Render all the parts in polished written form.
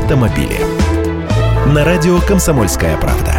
автомобили. На радио «Комсомольская правда».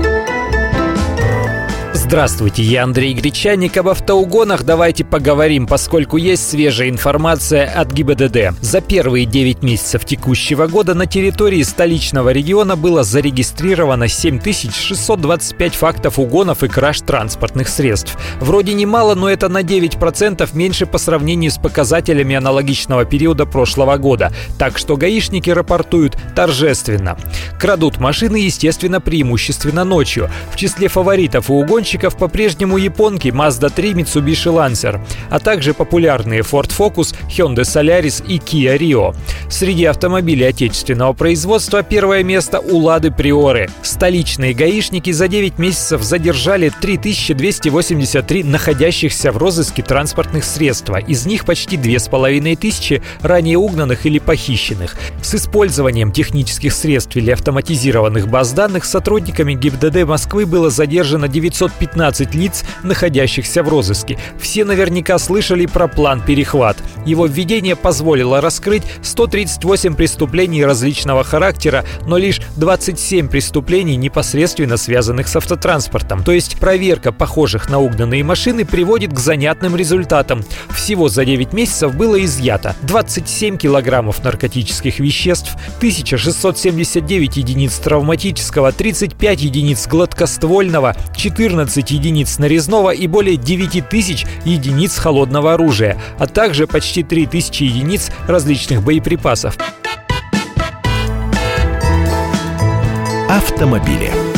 Здравствуйте, я Андрей Гречаник. Об автоугонах давайте поговорим, поскольку есть свежая информация от ГИБДД. За первые 9 месяцев текущего года на территории столичного региона было зарегистрировано 7625 фактов угонов и краж транспортных средств. Вроде немало, но это на 9% меньше по сравнению с показателями аналогичного периода прошлого года. Так что гаишники рапортуют торжественно. Крадут машины, естественно, преимущественно ночью. В числе фаворитов у угонщиков по-прежнему японки Mazda 3, Mitsubishi Lancer, а также популярные Ford Focus, Hyundai Solaris и Kia Rio. Среди автомобилей отечественного производства первое место у Lada Priora. Столичные гаишники за 9 месяцев задержали 3283 находящихся в розыске транспортных средства. Из них почти 2500 ранее угнанных или похищенных. С использованием технических средств или автоматизированных баз данных сотрудниками ГИБДД Москвы было задержано 915 лиц, находящихся в розыске. Все наверняка слышали про план «Перехват». Его введение позволило раскрыть 138 преступлений различного характера, но лишь 27 преступлений, непосредственно связанных с автотранспортом. То есть проверка похожих на угнанные машины приводит к занятным результатам. Всего за 9 месяцев было изъято 27 килограммов наркотических веществ, 1679 единиц травматического, 35 единиц гладкоствольного, 14 единиц нарезного и более 9000 единиц холодного оружия, а также почти 3000 единиц различных боеприпасов. Автомобили.